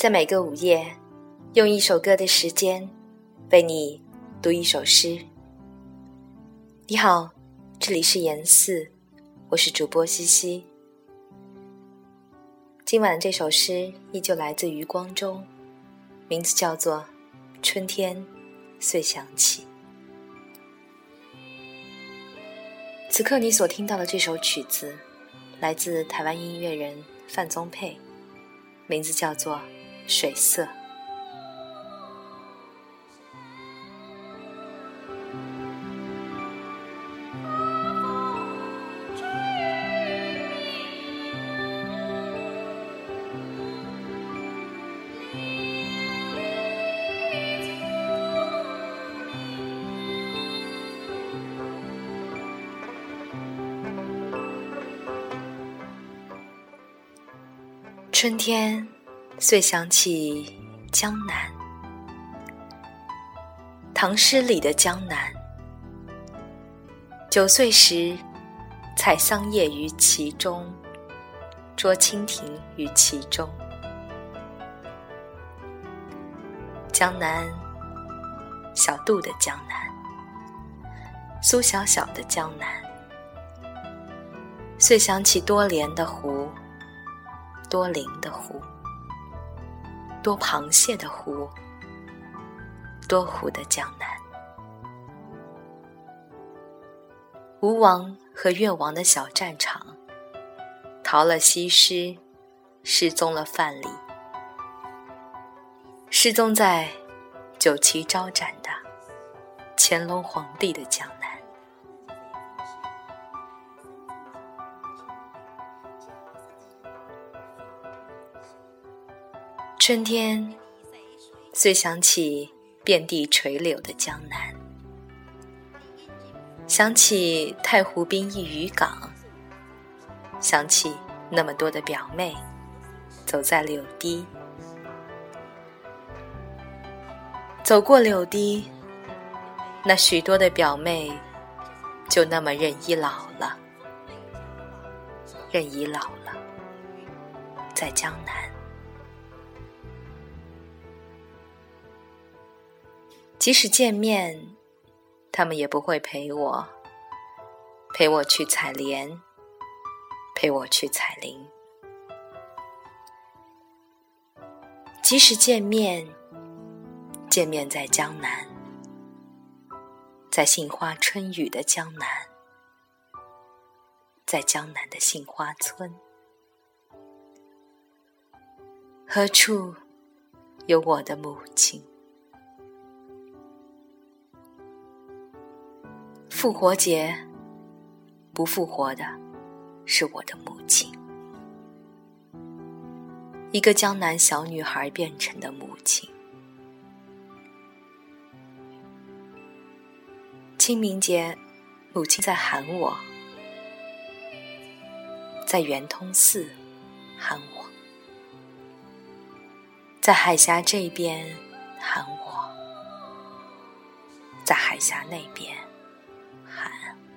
在每个午夜，用一首歌的时间为你读一首诗。你好，这里是言四，我是主播西西。今晚这首诗依旧来自余光中，名字叫做《春天遂响起》。此刻你所听到的这首曲子来自台湾音乐人范宗沛，名字叫做《水色》。春天遂想起江南，唐诗里的江南。9岁时采桑叶于其中，捉蜻蜓于其中。江南，小杜的江南，苏小小的江南。遂想起多莲的湖，多灵的湖，多螃蟹的湖，多湖的江南。吴王和越王的小战场，逃了西施，失踪了范蠡，失踪在酒旗招展的乾隆皇帝的江南。春天遂想起遍地垂柳的江南，想起太湖滨一渔港，想起那么多的表妹走在柳堤，走过柳堤，那许多的表妹就那么任意老了，任意老了，在江南。即使见面，他们也不会陪我去采莲，陪我去采菱。即使见面在江南，在杏花春雨的江南，在江南的杏花村。何处有我的母亲？复活节，不复活的是我的母亲，一个江南小女孩变成的母亲。清明节，母亲在喊我，在圆通寺喊我，在海峡这边喊我，在海峡那边喊，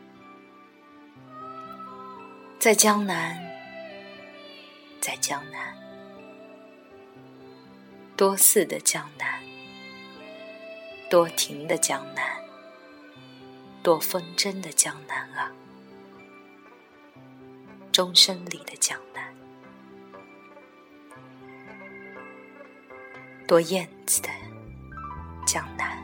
在江南，在江南，多寺的江南，多亭的江南，多风筝的江南啊，钟声里的江南，多燕子的江南。